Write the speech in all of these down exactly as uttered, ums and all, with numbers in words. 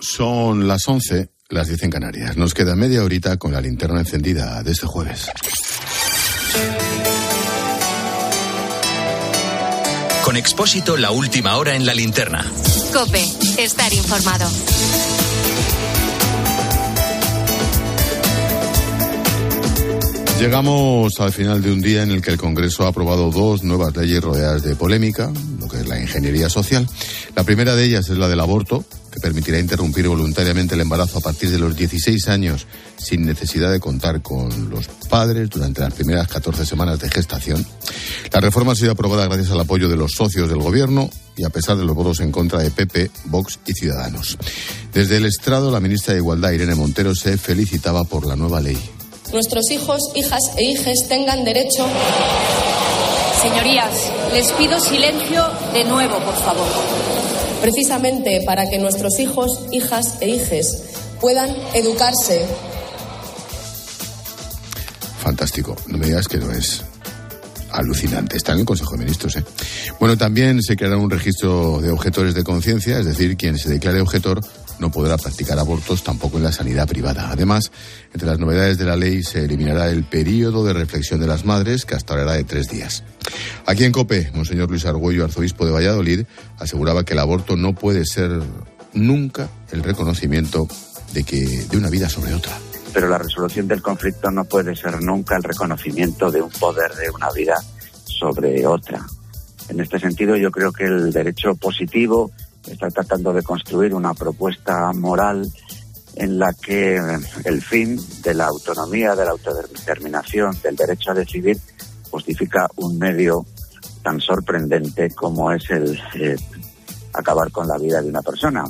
Son las once, las diez en Canarias. Nos queda media horita con la linterna encendida de este jueves. Con Expósito, la última hora en la linterna. COPE, estar informado. Llegamos al final de un día en el que el Congreso ha aprobado dos nuevas leyes rodeadas de polémica, lo que es la ingeniería social. La primera de ellas es la del aborto, que permitirá interrumpir voluntariamente el embarazo a partir de los dieciséis años sin necesidad de contar con los padres durante las primeras catorce semanas de gestación. La reforma ha sido aprobada gracias al apoyo de los socios del Gobierno y a pesar de los votos en contra de P P, Vox y Ciudadanos. Desde el estrado, la ministra de Igualdad, Irene Montero, se felicitaba por la nueva ley. Nuestros hijos, hijas e hijes tengan derecho... Señorías, les pido silencio de nuevo, por favor. Precisamente para que nuestros hijos, hijas e hijes puedan educarse. Fantástico. No me digas que no es alucinante. Está en el Consejo de Ministros, ¿eh? Bueno, también se creará un registro de objetores de conciencia, es decir, quien se declare objetor no podrá practicar abortos tampoco en la sanidad privada. Además, entre las novedades de la ley se eliminará el periodo de reflexión de las madres, que hasta ahora era de tres días. Aquí en COPE, Monseñor Luis Argüello, arzobispo de Valladolid, aseguraba que el aborto no puede ser nunca el reconocimiento de que de una vida sobre otra. Pero la resolución del conflicto no puede ser nunca el reconocimiento de un poder de una vida sobre otra. En este sentido, yo creo que el derecho positivo está tratando de construir una propuesta moral en la que el fin de la autonomía, de la autodeterminación, del derecho a decidir, justifica un medio tan sorprendente como es el eh, acabar con la vida de una persona.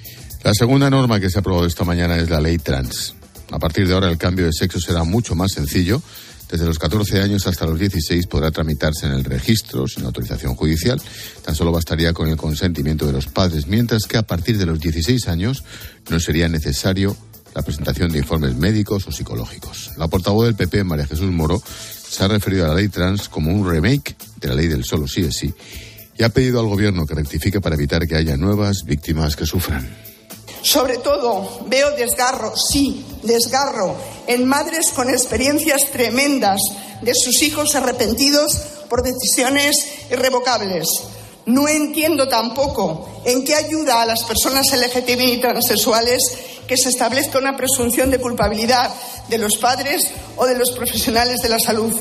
La segunda norma que se ha aprobado esta mañana es la ley trans. A partir de ahora el cambio de sexo será mucho más sencillo. Desde los catorce años hasta los dieciséis podrá tramitarse en el registro sin autorización judicial. Tan solo bastaría con el consentimiento de los padres, mientras que a partir de los dieciséis años no sería necesario la presentación de informes médicos o psicológicos. La portavoz del P P, María Jesús Moro, se ha referido a la ley trans como un remake de la ley del solo sí es sí y ha pedido al Gobierno que rectifique para evitar que haya nuevas víctimas que sufran. Sobre todo, veo desgarro, sí, desgarro, en madres con experiencias tremendas de sus hijos arrepentidos por decisiones irrevocables. No entiendo tampoco en qué ayuda a las personas L G T B y transexuales que se establezca una presunción de culpabilidad de los padres o de los profesionales de la salud.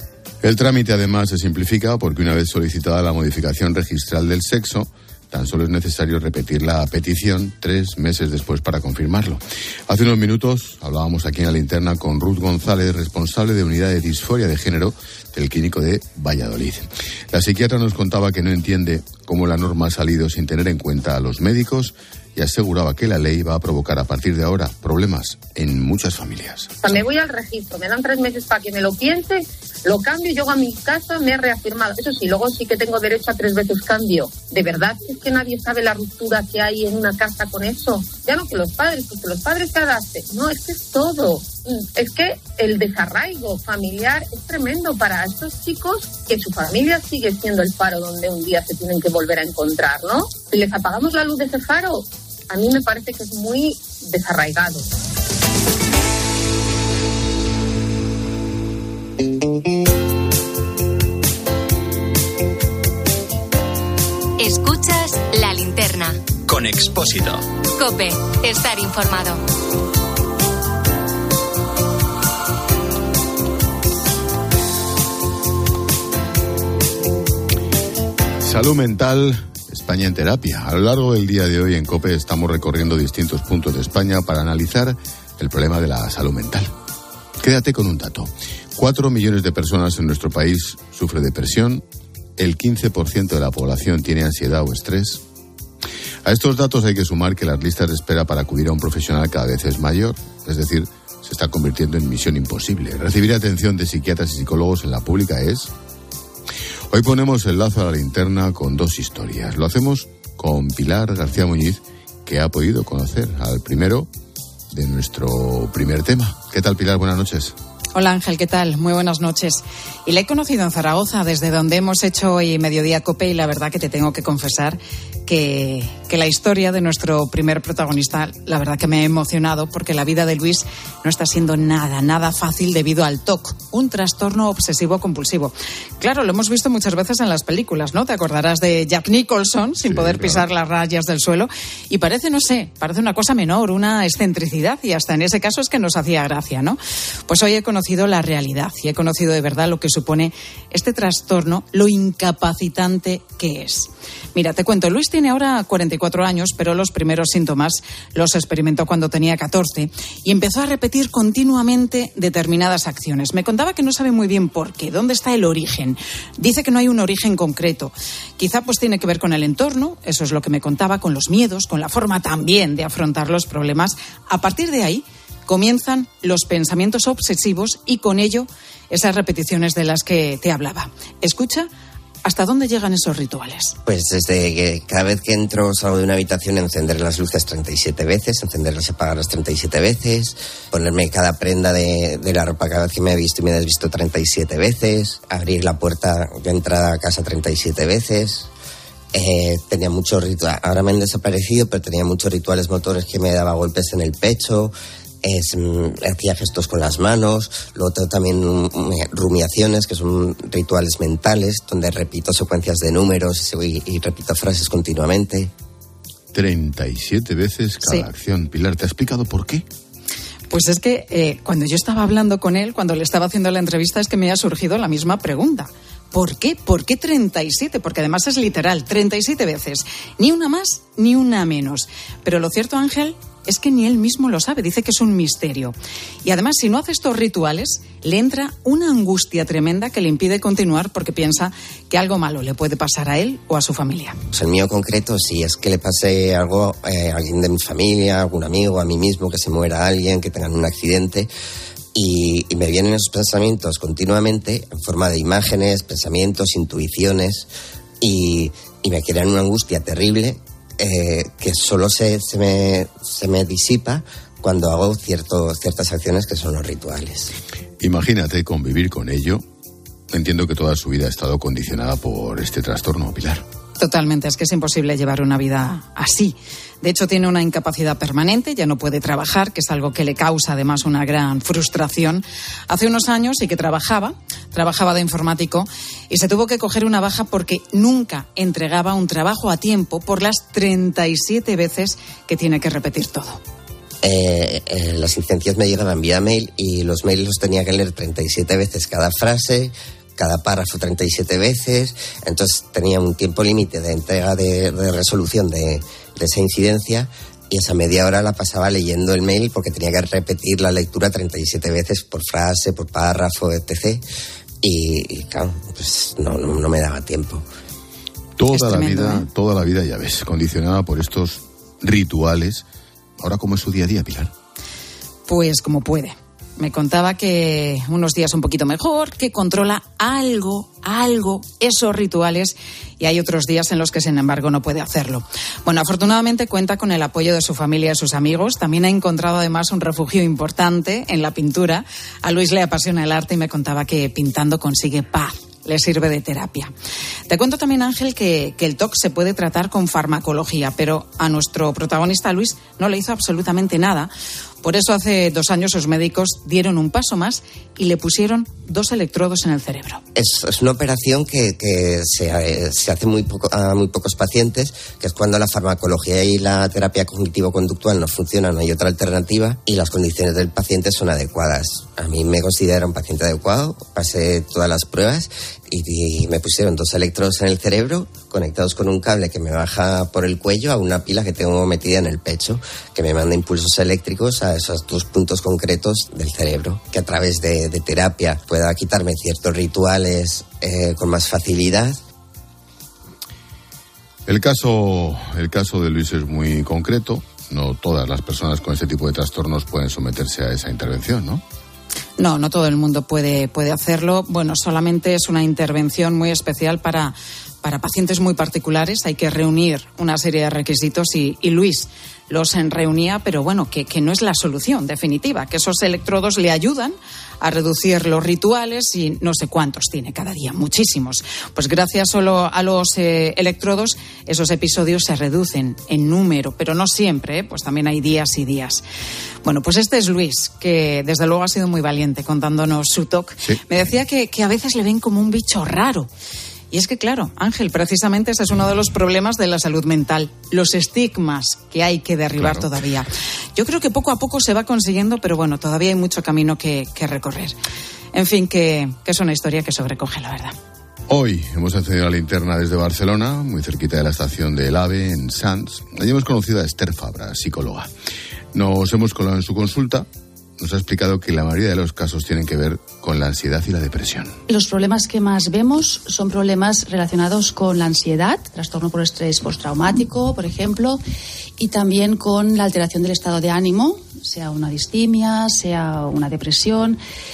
El trámite además se simplifica porque una vez solicitada la modificación registral del sexo, tan solo es necesario repetir la petición tres meses después para confirmarlo. Hace unos minutos hablábamos aquí en la linterna con Ruth González, responsable de unidad de disforia de género del Clínico de Valladolid. La psiquiatra nos contaba que no entiende cómo la norma ha salido sin tener en cuenta a los médicos y aseguraba que la ley va a provocar a partir de ahora problemas en muchas familias. Me voy al registro, me dan tres meses para que me lo piense, lo cambio, llego a mi casa, me he reafirmado. Eso sí, luego sí que tengo derecho a tres veces cambio. ¿De verdad es que nadie sabe la ruptura que hay en una casa con eso? Ya no que los padres, porque los padres se adapten. No, es que es todo. Es que el desarraigo familiar es tremendo para estos chicos, que su familia sigue siendo el faro donde un día se tienen que volver a encontrar, ¿no? Si les apagamos la luz de ese faro, a mí me parece que es muy desarraigado. Escuchas La Linterna. Con Expósito. COPE, estar informado. Salud mental, España en terapia. A lo largo del día de hoy en COPE estamos recorriendo distintos puntos de España para analizar el problema de la salud mental. Quédate con un dato. Cuatro millones de personas en nuestro país sufren depresión, el quince por ciento de la población tiene ansiedad o estrés. A estos datos hay que sumar que las listas de espera para acudir a un profesional cada vez es mayor, es decir, se está convirtiendo en misión imposible. Recibir atención de psiquiatras y psicólogos en la pública es... Hoy ponemos el lazo a la linterna con dos historias. Lo hacemos con Pilar García Muñiz, que ha podido conocer al primero de nuestro primer tema. ¿Qué tal, Pilar? Buenas noches. Hola Ángel, ¿qué tal? Muy buenas noches. Y la he conocido en Zaragoza, desde donde hemos hecho hoy Mediodía COPE, y la verdad que te tengo que confesar que, que la historia de nuestro primer protagonista, la verdad que me ha emocionado, porque la vida de Luis no está siendo nada, nada fácil debido al T O C, un trastorno obsesivo-compulsivo. Claro, lo hemos visto muchas veces en las películas, ¿no? Te acordarás de Jack Nicholson, sin sí, poder claro. pisar las rayas del suelo, y parece, no sé, parece una cosa menor, una excentricidad, y hasta en ese caso es que nos hacía gracia, ¿no? Pues hoy he conocido la realidad y he conocido de verdad lo que supone este trastorno, lo incapacitante que es. Mira, te cuento, Luis tiene ahora cuarenta y cuatro años, pero los primeros síntomas los experimentó cuando tenía catorce y empezó a repetir continuamente determinadas acciones. Me contaba que no sabe muy bien por qué, dónde está el origen. Dice que no hay un origen concreto. Quizá pues tiene que ver con el entorno, eso es lo que me contaba, con los miedos, con la forma también de afrontar los problemas. A partir de ahí comienzan los pensamientos obsesivos y con ello esas repeticiones de las que te hablaba. Escucha hasta dónde llegan esos rituales. Pues desde que cada vez que entro o salgo de una habitación, encender las luces treinta y siete veces, encenderlas y apagarlas treinta y siete veces, ponerme cada prenda de, de la ropa cada vez que me he visto y me he desvisto treinta y siete veces, abrir la puerta de entrada a casa treinta y siete veces. Eh, tenía muchos rituales, ahora me han desaparecido, pero tenía muchos rituales motores que me daba golpes en el pecho. Es, hacía gestos con las manos, luego tengo también rumiaciones, que son rituales mentales, donde repito secuencias de números y, y repito frases continuamente. treinta y siete veces cada Sí. acción. Pilar, ¿te ha explicado por qué? Pues es que eh, cuando yo estaba hablando con él, cuando le estaba haciendo la entrevista, es que me ha surgido la misma pregunta. ¿Por qué? ¿Por qué treinta y siete? Porque además es literal, treinta y siete veces. Ni una más, ni una menos. Pero lo cierto, Ángel, es que ni él mismo lo sabe, dice que es un misterio. Y además, si no hace estos rituales, le entra una angustia tremenda que le impide continuar porque piensa que algo malo le puede pasar a él o a su familia. Pues el mío concreto, si es que le pase algo eh, a alguien de mi familia, algún amigo, a mí mismo, que se muera alguien, que tengan un accidente, y, y me vienen esos pensamientos continuamente en forma de imágenes, pensamientos, intuiciones, y, y me crean una angustia terrible. Eh, que solo se, se, me, se me disipa cuando hago cierto, ciertas acciones que son los rituales. Imagínate convivir con ello. Entiendo que toda su vida ha estado condicionada por este trastorno, Pilar. Totalmente, es que es imposible llevar una vida así. De hecho, tiene una incapacidad permanente, ya no puede trabajar, que es algo que le causa además una gran frustración. Hace unos años sí que trabajaba, trabajaba de informático y se tuvo que coger una baja porque nunca entregaba un trabajo a tiempo por las treinta y siete veces que tiene que repetir todo. Eh, eh, las licencias me llegaban vía mail y los mails los tenía que leer treinta y siete veces cada frase, cada párrafo treinta y siete veces, entonces tenía un tiempo límite de entrega de, de resolución de, de esa incidencia y esa media hora la pasaba leyendo el mail porque tenía que repetir la lectura treinta y siete veces por frase, por párrafo, etcétera. Y, y claro, pues no, no, no me daba tiempo. Toda la tremendo, vida, ¿eh? toda la vida, ya ves, condicionada por estos rituales. Ahora, ¿cómo es su día a día, Pilar? Pues como puede. Me contaba que unos días un poquito mejor, que controla algo, algo, esos rituales, y hay otros días en los que, sin embargo, no puede hacerlo. Bueno, afortunadamente cuenta con el apoyo de su familia y sus amigos. También ha encontrado además un refugio importante en la pintura. A Luis le apasiona el arte y me contaba que pintando consigue paz. Le sirve de terapia. Te cuento también, Ángel, que, que el T O C se puede tratar con farmacología, pero a nuestro protagonista Luis no le hizo absolutamente nada. Por eso hace dos años sus médicos dieron un paso más y le pusieron dos electrodos en el cerebro. Es, es una operación que, que se, se hace muy poco, a muy pocos pacientes, que es cuando la farmacología y la terapia cognitivo-conductual no funcionan, no hay otra alternativa y las condiciones del paciente son adecuadas. A mí me considero un paciente adecuado, pasé todas las pruebas y, y me pusieron dos electrodos en el cerebro conectados con un cable que me baja por el cuello a una pila que tengo metida en el pecho, que me manda impulsos eléctricos a esos dos puntos concretos del cerebro, que a través de, de terapia pueda quitarme ciertos rituales eh, con más facilidad. El caso, el caso de Luis es muy concreto. No todas las personas con ese tipo de trastornos pueden someterse a esa intervención, ¿no? No, no todo el mundo puede, puede hacerlo. Bueno, solamente es una intervención muy especial para, para pacientes muy particulares hay que reunir una serie de requisitos y, y Luis los reunía, pero bueno, que, que no es la solución definitiva, que esos electrodos le ayudan a reducir los rituales y no sé cuántos tiene cada día, muchísimos. Pues gracias solo a los eh, electrodos, esos episodios se reducen en número, pero no siempre, ¿eh? Pues también hay días y días. Bueno, pues este es Luis, que desde luego ha sido muy valiente contándonos su T O C. Sí. Me decía que, que a veces le ven como un bicho raro. Y es que, claro, Ángel, precisamente ese es uno de los problemas de la salud mental, los estigmas que hay que derribar claro. todavía. Yo creo que poco a poco se va consiguiendo, pero bueno, todavía hay mucho camino que, que recorrer. En fin, que, que es una historia que sobrecoge, la verdad. Hoy hemos encendido la linterna desde Barcelona, muy cerquita de la estación del AVE, en Sants. Allí hemos conocido a Esther Fabra, psicóloga. Nos hemos colado en su consulta. Nos ha explicado que la mayoría de los casos tienen que ver con la ansiedad y la depresión. Los problemas que más vemos son problemas relacionados con la ansiedad, trastorno por estrés postraumático, por ejemplo, y también con la alteración del estado de ánimo, sea una distimia, sea una depresión,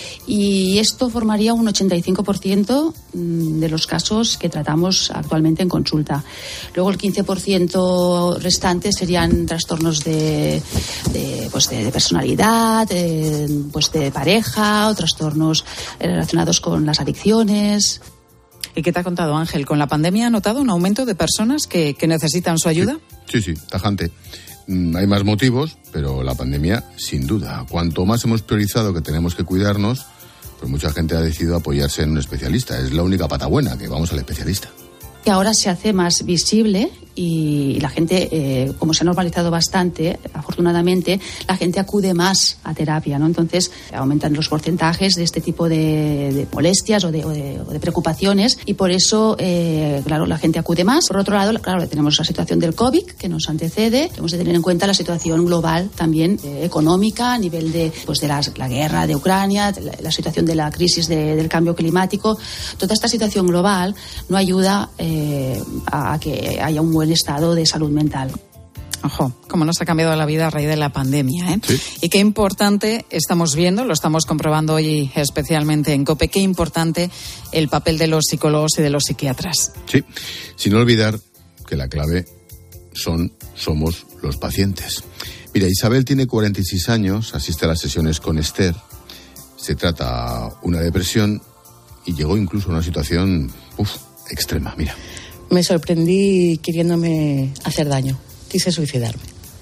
y esto formaría un ochenta y cinco por ciento de los casos que tratamos actualmente en consulta. Luego el quince por ciento restante serían trastornos de, de, pues de, de personalidad, de, pues de pareja, o trastornos relacionados con las adicciones. ¿Y qué te ha contado, Ángel? ¿Con la pandemia ha notado un aumento de personas que, que necesitan su ayuda? Sí, sí, sí, tajante. Hay más motivos, pero la pandemia, sin duda. Cuanto más hemos priorizado que tenemos que cuidarnos, pues mucha gente ha decidido apoyarse en un especialista. Es la única pata buena, que vamos al especialista. Que ahora se hace más visible y la gente, eh, como se ha normalizado bastante, afortunadamente, la gente acude más a terapia, ¿no? Entonces aumentan los porcentajes de este tipo de, de molestias o de, o, de, o de preocupaciones y por eso, eh, claro, la gente acude más. Por otro lado, claro, tenemos la situación del COVID que nos antecede. Tenemos que tener en cuenta la situación global también eh, económica a nivel de, pues, de las, la guerra de Ucrania, la, la situación de la crisis de, del cambio climático. Toda esta situación global no ayuda eh, a, a que haya un buen estado de salud mental. Ojo, cómo nos ha cambiado la vida a raíz de la pandemia, ¿eh? Sí. Y qué importante estamos viendo, lo estamos comprobando hoy especialmente en COPE, qué importante el papel de los psicólogos y de los psiquiatras. Sí, sin olvidar que la clave son, somos los pacientes. Mira, Isabel tiene cuarenta y seis años, asiste a las sesiones con Esther, se trata una depresión y llegó incluso a una situación uf, extrema, mira. Me sorprendí queriéndome hacer daño. Quise suicidarme.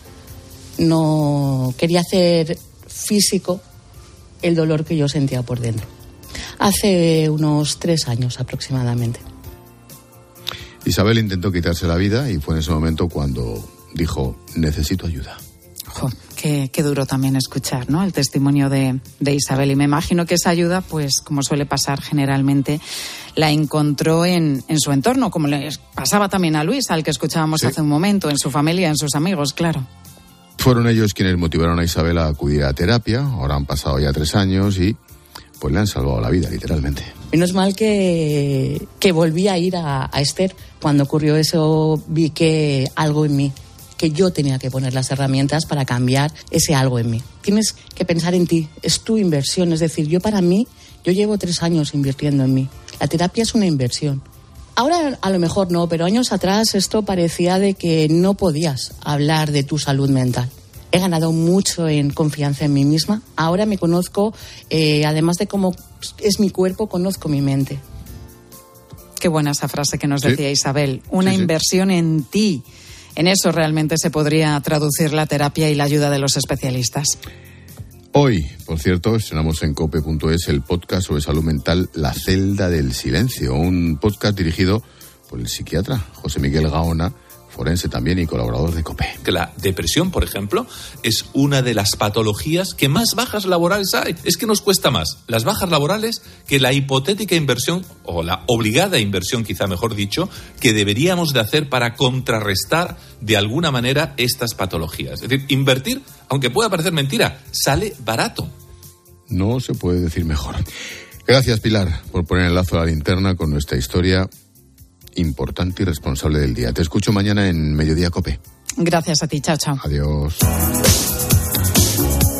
No quería hacer físico el dolor que yo sentía por dentro. Hace unos tres años aproximadamente. Isabel intentó quitarse la vida y fue en ese momento cuando dijo, necesito ayuda. Jo, qué, qué duro también escuchar, ¿no?, el testimonio de, de Isabel. Y me imagino que esa ayuda, pues como suele pasar generalmente, la encontró en, en su entorno, como le pasaba también a Luis, al que escuchábamos sí. hace un momento, en su familia, en sus amigos, claro. Fueron ellos quienes motivaron a Isabel a acudir a terapia. Ahora han pasado ya tres años y pues le han salvado la vida, literalmente. Menos mal que, que volví a ir a, a Esther. Cuando ocurrió eso vi que algo en mí, que yo tenía que poner las herramientas para cambiar ese algo en mí. Tienes que pensar en ti, es tu inversión. Es decir, yo para mí, yo llevo tres años invirtiendo en mí. La terapia es una inversión. Ahora a lo mejor no, pero años atrás esto parecía de que no podías hablar de tu salud mental. He ganado mucho en confianza en mí misma. Ahora me conozco, eh, además de cómo es mi cuerpo, conozco mi mente. Qué buena esa frase que nos decía sí. Isabel. Una sí, sí. inversión en ti. En eso realmente se podría traducir la terapia y la ayuda de los especialistas. Hoy, por cierto, estrenamos en cope punto es el podcast sobre salud mental La celda del silencio, un podcast dirigido por el psiquiatra José Miguel Gaona, forense también y colaborador de COPE. Que la depresión, por ejemplo, es una de las patologías que más bajas laborales hay. Es que nos cuesta más las bajas laborales que la hipotética inversión, o la obligada inversión, quizá mejor dicho, que deberíamos de hacer para contrarrestar de alguna manera estas patologías. Es decir, invertir, aunque pueda parecer mentira, sale barato. No se puede decir mejor. Gracias, Pilar, por poner el lazo a la linterna con nuestra historia importante y responsable del día. Te escucho mañana en Mediodía COPE. Gracias a ti, chao, chao. Adiós.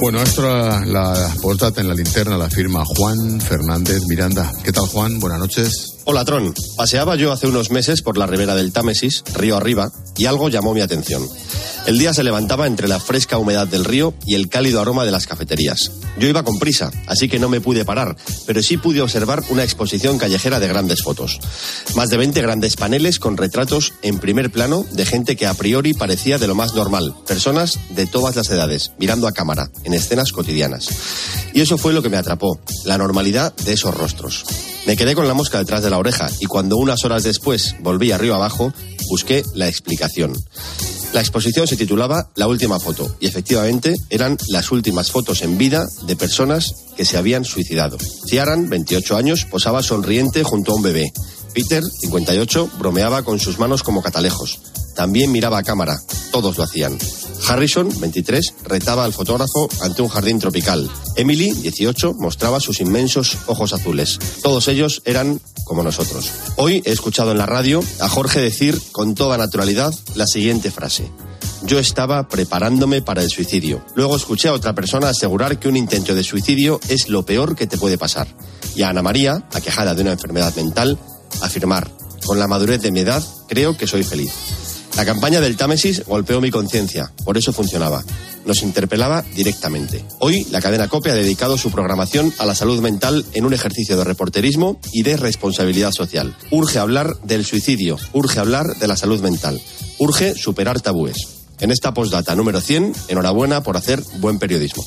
Bueno, esto la, la postdata en la linterna la firma Juan Fernández Miranda. ¿Qué tal, Juan? Buenas noches. Hola, Tron. Paseaba yo hace unos meses por la ribera del Támesis, río arriba, y algo llamó mi atención. El día se levantaba entre la fresca humedad del río y el cálido aroma de las cafeterías. Yo iba con prisa, así que no me pude parar, pero sí pude observar una exposición callejera de grandes fotos. Más de veinte grandes paneles con retratos en primer plano de gente que a priori parecía de lo más normal, personas de todas las edades, mirando a cámara, en escenas cotidianas. Y eso fue lo que me atrapó, la normalidad de esos rostros. Me quedé con la mosca detrás de la oreja y cuando unas horas después volví arriba abajo, busqué la explicación. La exposición se titulaba La última foto y efectivamente eran las últimas fotos en vida de personas que se habían suicidado. Ciaran, veintiocho años, posaba sonriente junto a un bebé. Peter, cincuenta y ocho, bromeaba con sus manos como catalejos. También miraba a cámara, todos lo hacían. Harrison, veintitrés, retaba al fotógrafo ante un jardín tropical. Emily, dieciocho, mostraba sus inmensos ojos azules. Todos ellos eran como nosotros. Hoy he escuchado en la radio a Jorge decir con toda naturalidad la siguiente frase: yo estaba preparándome para el suicidio. Luego escuché a otra persona asegurar que un intento de suicidio es lo peor que te puede pasar. Y a Ana María, aquejada de una enfermedad mental, afirmar: con la madurez de mi edad, creo que soy feliz. La campaña del Támesis golpeó mi conciencia, por eso funcionaba. Nos interpelaba directamente. Hoy, la cadena COPE ha dedicado su programación a la salud mental en un ejercicio de reporterismo y de responsabilidad social. Urge hablar del suicidio, urge hablar de la salud mental, urge superar tabúes. En esta postdata número cien, enhorabuena por hacer buen periodismo.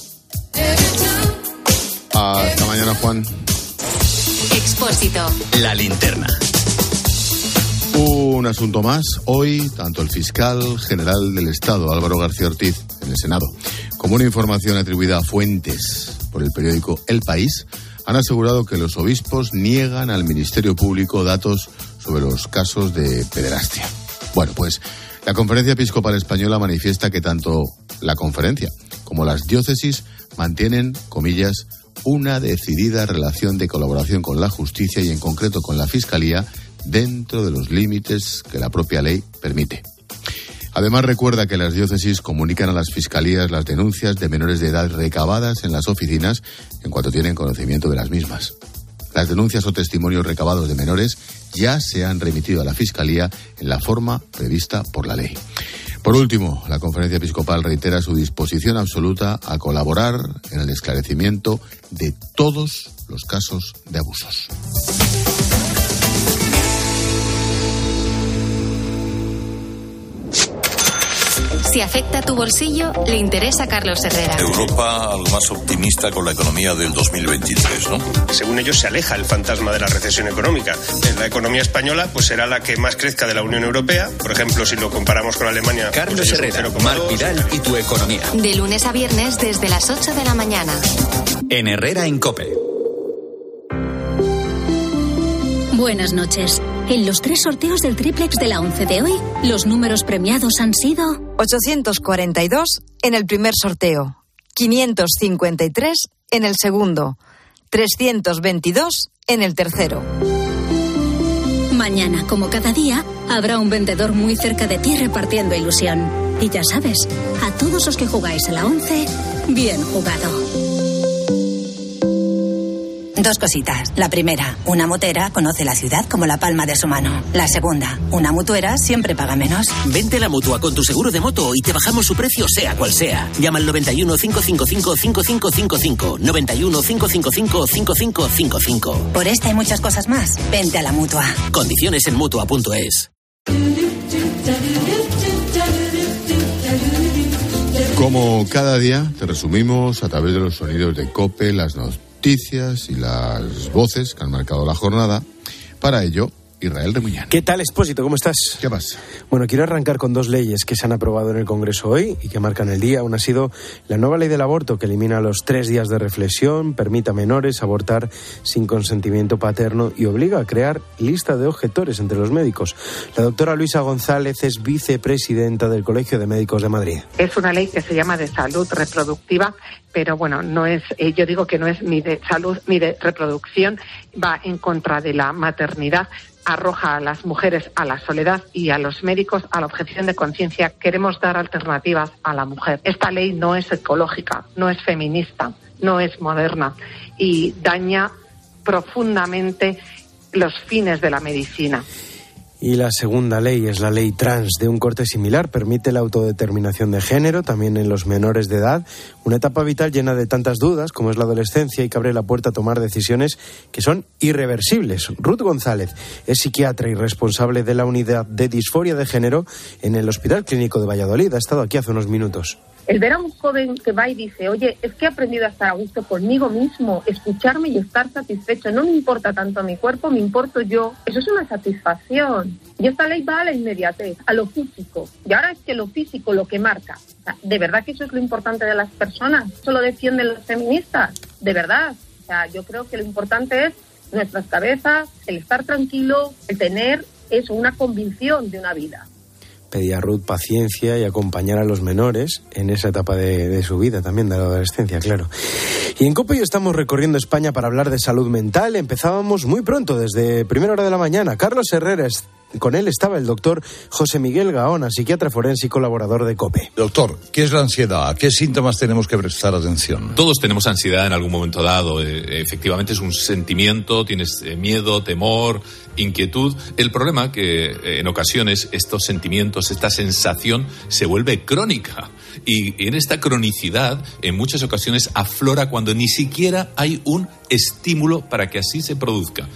Hasta mañana, Juan. Expósito. La linterna. Un asunto más. Hoy, tanto el fiscal general del Estado, Álvaro García Ortiz, en el Senado, como una información atribuida a fuentes por el periódico El País, han asegurado que los obispos niegan al Ministerio Público datos sobre los casos de pederastia. Bueno, pues la Conferencia Episcopal Española manifiesta que tanto la conferencia como las diócesis mantienen, comillas, una decidida relación de colaboración con la justicia y en concreto con la Fiscalía dentro de los límites que la propia ley permite. Además, recuerda que las diócesis comunican a las fiscalías las denuncias de menores de edad recabadas en las oficinas en cuanto tienen conocimiento de las mismas. Las denuncias o testimonios recabados de menores ya se han remitido a la Fiscalía en la forma prevista por la ley. Por último, la Conferencia Episcopal reitera su disposición absoluta a colaborar en el esclarecimiento de todos los casos de abusos. Si afecta a tu bolsillo, le interesa a Carlos Herrera. Europa al más optimista con la economía del dos mil veintitrés, ¿no? Según ellos se aleja el fantasma de la recesión económica. La economía española pues será la que más crezca de la Unión Europea. Por ejemplo, si lo comparamos con Alemania... Carlos pues Herrera, Marc Vidal y tu economía. De lunes a viernes desde las ocho de la mañana. En Herrera en COPE. Buenas noches. En los tres sorteos del triplex de la once de hoy, los números premiados han sido... ochocientos cuarenta y dos en el primer sorteo, quinientos cincuenta y tres en el segundo, trescientos veintidós en el tercero. Mañana, como cada día, habrá un vendedor muy cerca de ti repartiendo ilusión. Y ya sabes, a todos los que jugáis a la once, bien jugado. Dos cositas. La primera, una motera conoce la ciudad como la palma de su mano. La segunda, una mutuera siempre paga menos. Vente a la Mutua con tu seguro de moto y te bajamos su precio sea cual sea. Llama al noventa y uno, cinco cinco cinco, cinco cinco cinco cinco. noventa y uno, cinco cinco cinco, cinco cinco cinco cinco. Por esta y muchas cosas más, vente a la Mutua. Condiciones en Mutua punto es. Como cada día, te resumimos a través de los sonidos de COPE las noticias y las voces que han marcado la jornada. Para ello, Israel Remuñán. ¿Qué tal, Expósito? ¿Cómo estás? ¿Qué pasa? Bueno, quiero arrancar con dos leyes que se han aprobado en el Congreso hoy y que marcan el día. Una ha sido la nueva ley del aborto, que elimina los tres días de reflexión, permite a menores abortar sin consentimiento paterno y obliga a crear lista de objetores entre los médicos. La doctora Luisa González es vicepresidenta del Colegio de Médicos de Madrid. Es una ley que se llama de salud reproductiva, pero bueno, no es, eh, yo digo que no es ni de salud ni de reproducción, va en contra de la maternidad, arroja a las mujeres a la soledad y a los médicos a la objeción de conciencia. Queremos dar alternativas a la mujer. Esta ley no es ecológica, no es feminista, no es moderna y daña profundamente los fines de la medicina. Y la segunda ley es la ley trans, de un corte similar. Permite la autodeterminación de género, también en los menores de edad. Una etapa vital llena de tantas dudas como es la adolescencia y que abre la puerta a tomar decisiones que son irreversibles. Ruth González es psiquiatra y responsable de la unidad de disforia de género en el Hospital Clínico de Valladolid. Ha estado aquí hace unos minutos. El ver a un joven que va y dice, oye, es que he aprendido a estar a gusto conmigo mismo, escucharme y estar satisfecho. No me importa tanto mi cuerpo, me importo yo. Eso es una satisfacción. Y esta ley va a la inmediatez, a lo físico. Y ahora es que lo físico lo que marca. O sea, ¿de verdad que eso es lo importante de las personas? ¿Eso lo defienden los feministas? ¿De verdad? O sea, yo creo que lo importante es nuestras cabezas, el estar tranquilo, el tener eso, una convicción de una vida. Pedía a Ruth paciencia y acompañar a los menores en esa etapa de, de su vida, también de la adolescencia, claro. Y en COPE hoy estamos recorriendo España para hablar de salud mental. Empezábamos muy pronto, desde primera hora de la mañana. Carlos Herrera, con él estaba el doctor José Miguel Gaona, psiquiatra forense y colaborador de COPE. Doctor, ¿qué es la ansiedad? ¿A qué síntomas tenemos que prestar atención? Todos tenemos ansiedad en algún momento dado. Eh, efectivamente es un sentimiento, tienes eh, miedo, temor, inquietud. El problema que eh, en ocasiones estos sentimientos, esta sensación se vuelve crónica. Y en esta cronicidad, en muchas ocasiones aflora cuando ni siquiera hay un estímulo para que así se produzca.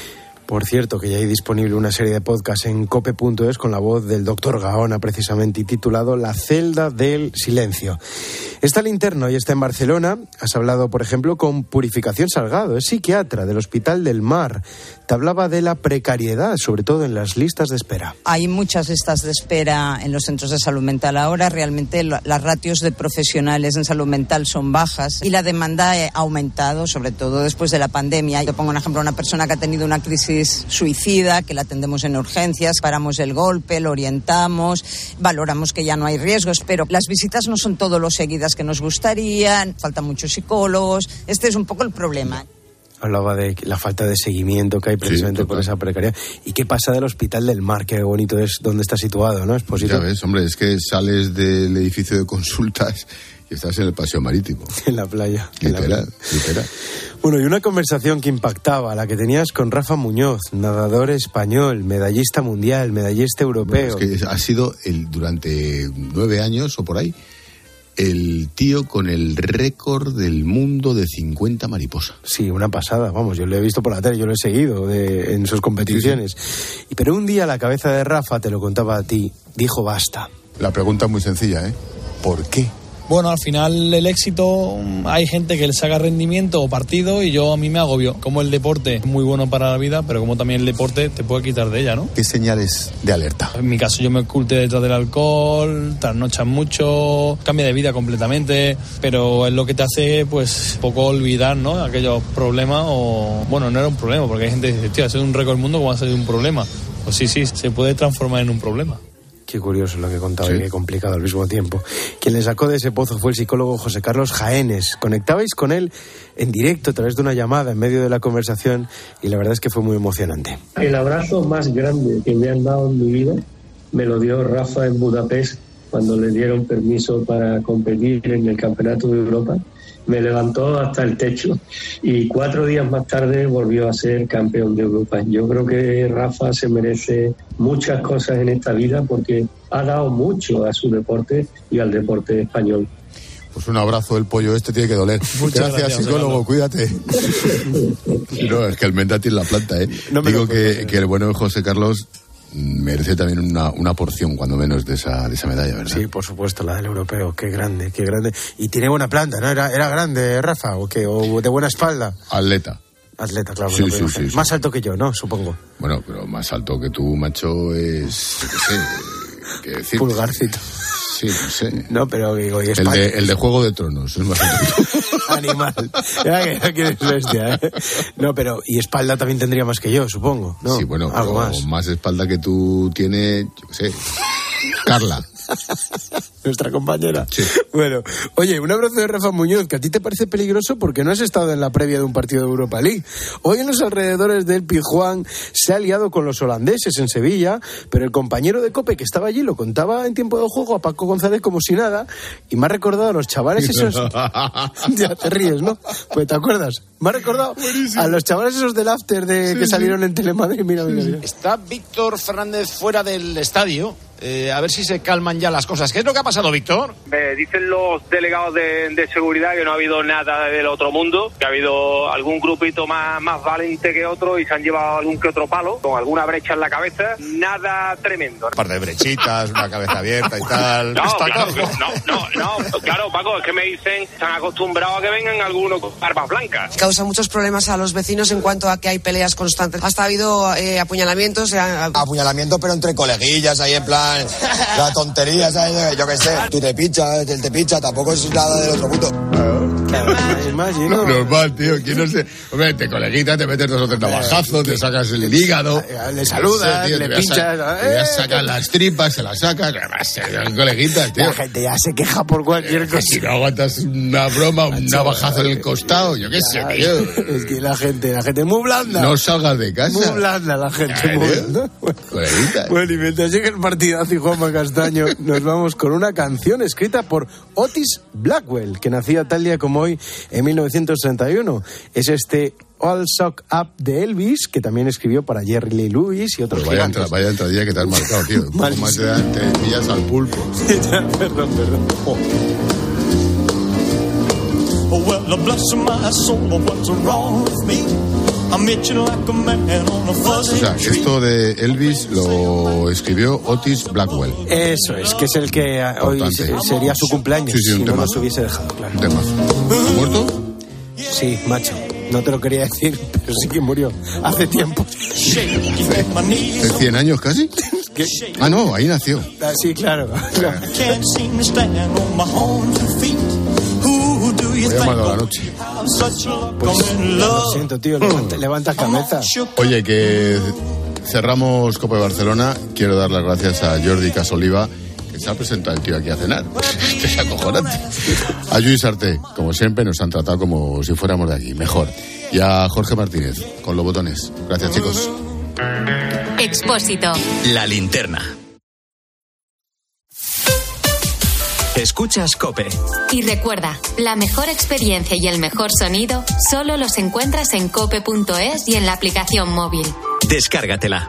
Por cierto, que ya hay disponible una serie de podcasts en cope punto es con la voz del doctor Gaona, precisamente, y titulado La celda del silencio. Está al interno y está en Barcelona. Has hablado, por ejemplo, con Purificación Salgado, es psiquiatra del Hospital del Mar. Te hablaba de la precariedad, sobre todo en las listas de espera. Hay muchas listas de espera en los centros de salud mental ahora. Realmente las ratios de profesionales en salud mental son bajas y la demanda ha aumentado, sobre todo después de la pandemia. Yo pongo un ejemplo, una persona que ha tenido una crisis suicida, que la atendemos en urgencias, paramos el golpe, lo orientamos, valoramos que ya no hay riesgos, pero las visitas no son todo lo seguidas que nos gustarían, faltan muchos psicólogos. Este es un poco el problema. Hablaba de la falta de seguimiento que hay precisamente sí, por esa precariedad. ¿Y qué pasa del Hospital del Mar? Qué bonito es donde está situado, ¿no? Exposito. Ya ves, hombre, es que sales del edificio de consultas y estás en el paseo marítimo. En la playa. Literal, en la playa. literal. Bueno, y una conversación que impactaba, la que tenías con Rafa Muñoz, nadador español, medallista mundial, medallista europeo. Bueno, es que ha sido el, durante nueve años o por ahí, el tío con el récord del mundo de cincuenta mariposas. Sí, una pasada, vamos, yo lo he visto por la tele, yo lo he seguido de, en sus competiciones. Sí, sí. Y, pero un día la cabeza de Rafa, te lo contaba a ti, dijo basta. La pregunta es muy sencilla, ¿eh? ¿Por qué? Bueno, al final el éxito, hay gente que le saca rendimiento o partido y yo a mí me agobio. Como el deporte es muy bueno para la vida, pero como también el deporte te puede quitar de ella, ¿no? ¿Qué señales de alerta? En mi caso yo me oculté detrás del alcohol, trasnochas mucho, cambia de vida completamente, pero es lo que te hace pues poco olvidar, ¿no? Aquellos problemas o... Bueno, no era un problema, porque hay gente que dice, tío, es un récord del mundo, ¿cómo va a ser un problema? Pues sí, sí, se puede transformar en un problema. Qué curioso lo que contaba sí. y qué complicado al mismo tiempo. Quien le sacó de ese pozo fue el psicólogo José Carlos Jaénes. Conectabais con él en directo a través de una llamada en medio de la conversación y la verdad es que fue muy emocionante. El abrazo más grande que me han dado en mi vida me lo dio Rafa en Budapest cuando le dieron permiso para competir en el Campeonato de Europa. Me levantó hasta el techo y cuatro días más tarde volvió a ser campeón de Europa. Yo creo que Rafa se merece muchas cosas en esta vida porque ha dado mucho a su deporte y al deporte español. Pues un abrazo, el pollo este tiene que doler. Muchas gracias, gracias psicólogo, cuídate. No, es que el menta tiene la planta, ¿eh? No Digo que, que el bueno de José Carlos merece también una, una porción, cuando menos, de esa, de esa medalla, ¿verdad? Sí, por supuesto, la del europeo. Qué grande, qué grande. Y tiene buena planta, ¿no? ¿Era, era grande, Rafa? ¿O qué? ¿O de buena espalda? Atleta. Atleta, claro. Sí, sí, sí, sí. Más alto que yo, ¿no? Supongo. Bueno, pero más alto que tú, macho, es... Yo qué sé, ¿qué decir? Pulgarcito. Sí, no sé. No, pero digo, y el de, el de Juego de Tronos, es más alto. Animal. Ya que eres bestia, ¿eh? No, pero, y espalda también tendría más que yo, supongo, ¿no? Sí, bueno, algo más. más espalda que tú tienes, yo qué sé. Carla. Nuestra compañera. Sí. Bueno, oye, un abrazo de Rafa Muñoz, que a ti te parece peligroso porque no has estado en la previa de un partido de Europa League. Hoy en los alrededores del Pizjuán se ha liado con los holandeses en Sevilla, pero el compañero de COPE que estaba allí lo contaba en tiempo de juego a Paco González como si nada, y me ha recordado a los chavales esos... Ya te ríes, ¿no? Pues te acuerdas. Me ha recordado Buenísimo. A los chavales esos del after de sí, que salieron sí. en Telemadrid. Mira, mira, mira. Está Víctor Fernández fuera del estadio. Eh, a ver si se calman ya las cosas. ¿Qué es lo que ha pasado, Víctor? Me dicen los delegados de, de seguridad que no ha habido nada del otro mundo, que ha habido algún grupito más, más valiente que otro y se han llevado algún que otro palo, con alguna brecha en la cabeza. Nada tremendo. Un par de brechitas, una cabeza abierta y tal. No, claro, no, no, no, claro, Paco, es que me dicen, están acostumbrados a que vengan algunos con barbas blancas. Causa muchos problemas a los vecinos en cuanto a que hay peleas constantes. Hasta ha habido eh, apuñalamientos. Eh, Apuñalamiento, pero entre coleguillas, ahí en plan... La tontería, ¿sabes? Yo qué sé, tú te pichas, él te picha, tampoco es nada del otro mundo. No, normal, tío, ¿quién no sé? Hombre, te coleguita, te metes dos o tres navajazos, te sacas el hígado, le saludas, tío, le te pinchas, sa- te eh, sacas las tripas, se las sacas, coleguitas, tío. La gente ya se queja por cualquier cosa. Si no aguantas una broma, un navajazo en el costado, yo qué sé, tío. Es que la gente, la gente es muy blanda. No salgas de casa. Muy blanda la gente, claro, muy blanda. Coleguitas. Bueno, y mientras llega el partidazo y Juanma Castaño, nos vamos con una canción escrita por Otis Blackwell, que nacía tal día como hoy en mil novecientos treinta y uno. Es este All Sock Up de Elvis, que también escribió para Jerry Lee Lewis y otros pues vaya, gigantes. entra, vaya entradilla que te has marcado, tío. Un poco más te, te pillas al pulpo. Perdón, perdón. Oh. Oh, well, bless my soul, what's wrong with me? I'm itching like a man on a fuzzy O sea, tree. esto de Elvis lo escribió Otis Blackwell. Eso es, que es el que hoy Importante. sería su cumpleaños, sí, sí, un si no temazo. nos hubiese dejado, claro. Un temazo. ¿Ha muerto? Sí, macho. No te lo quería decir, pero sí que murió hace tiempo. ¿Hace cien años casi? ¿Qué? Ah, no, ahí nació. Ah, sí, claro. claro. Voy a llamar a la noche. Pues, lo siento, tío, levanta, levanta cabeza. Oye, que cerramos Copa de Barcelona. Quiero dar las gracias a Jordi Casoliva, que se ha presentado el tío aquí a cenar. Que es acojonante. A Lluís Arté, como siempre, nos han tratado como si fuéramos de aquí, mejor. Y a Jorge Martínez, con los botones. Gracias, chicos. Expósito. La linterna. Escuchas COPE. Y recuerda, la mejor experiencia y el mejor sonido solo los encuentras en cope punto es y en la aplicación móvil. Descárgatela.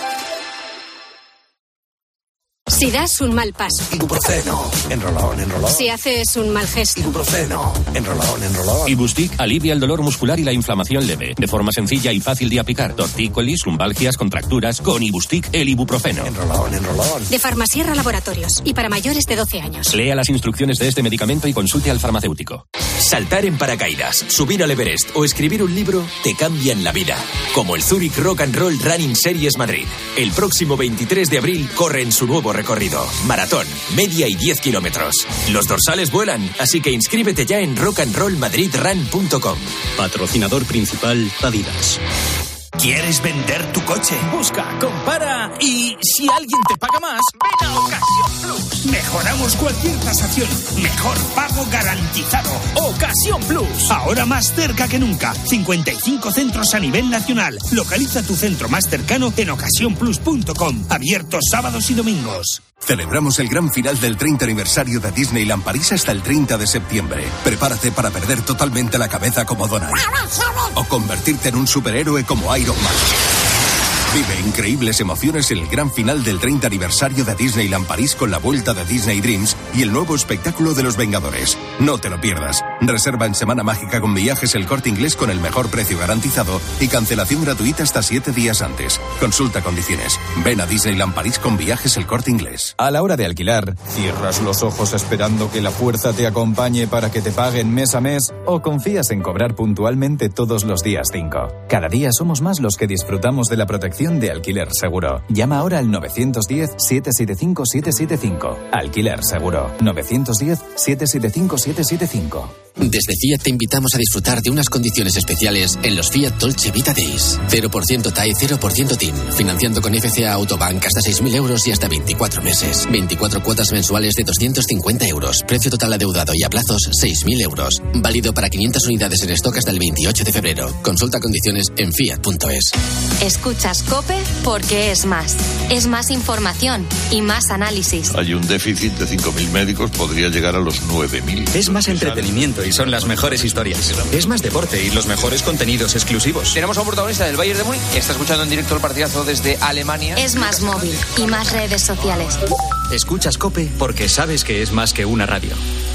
Si das un mal paso. Ibuprofeno. Enrolón, enrolón. Si haces un mal gesto. Ibuprofeno. Enrolón, enrolón. Ibustic alivia el dolor muscular y la inflamación leve. De forma sencilla y fácil de aplicar. Tortícolis, lumbalgias, contracturas. Con Ibustic, el ibuprofeno. Enrolón, enrolón. De Farmasierra Laboratorios. Y para mayores de doce años. Lea las instrucciones de este medicamento y consulte al farmacéutico. Saltar en paracaídas, subir al Everest o escribir un libro te cambian la vida. Como el Zurich Rock and Roll Running Series Madrid. El próximo veintitrés de abril corre en su nuevo recorrido. Maratón, media y diez kilómetros. Los dorsales vuelan, así que inscríbete ya en rock and roll madrid run punto com. Patrocinador principal, Adidas. ¿Quieres vender tu coche? Busca, compara y si alguien te paga más, ven a Ocasión Plus. Mejoramos cualquier tasación. Mejor pago garantizado. Ocasión Plus. Ahora más cerca que nunca. cincuenta y cinco centros a nivel nacional. Localiza tu centro más cercano en ocasión plus punto com. Abiertos sábados y domingos. Celebramos el gran final del treinta aniversario de Disneyland París hasta el treinta de septiembre. Prepárate para perder totalmente la cabeza como Donald. O convertirte en un superhéroe como Iron Man. Vive increíbles emociones en el gran final del treinta aniversario de Disneyland París con la vuelta de Disney Dreams y el nuevo espectáculo de los Vengadores. No te lo pierdas. Reserva en Semana Mágica con Viajes El Corte Inglés con el mejor precio garantizado y cancelación gratuita hasta siete días antes. Consulta condiciones. Ven a Disneyland París con Viajes El Corte Inglés. A la hora de alquilar, ¿cierras los ojos esperando que la fuerza te acompañe para que te paguen mes a mes o confías en cobrar puntualmente todos los días cinco? Cada día somos más los que disfrutamos de la protección de Alquiler Seguro. Llama ahora al nueve uno cero, siete siete cinco, siete siete cinco. Alquiler Seguro. nueve uno cero, siete siete cinco, siete siete cinco. Desde Fiat te invitamos a disfrutar de unas condiciones especiales en los Fiat Dolce Vita Days. cero por ciento T A E, cero por ciento T I N. Financiando con F C A Autobank hasta seis mil euros y hasta veinticuatro meses. veinticuatro cuotas mensuales de doscientos cincuenta euros. Precio total adeudado y a plazos seis mil euros. Válido para quinientas unidades en stock hasta el veintiocho de febrero. Consulta condiciones en fiat punto es. Escuchas COPE porque es más. Es más información y más análisis. Hay un déficit de cinco mil médicos, podría llegar a los nueve mil. Es más entretenimiento y son las mejores historias. Es más deporte y los mejores contenidos exclusivos. Tenemos a un protagonista del Bayern de Múnich que está escuchando en directo el partidazo desde Alemania. Es más móvil y más redes sociales. Escuchas COPE porque sabes que es más que una radio.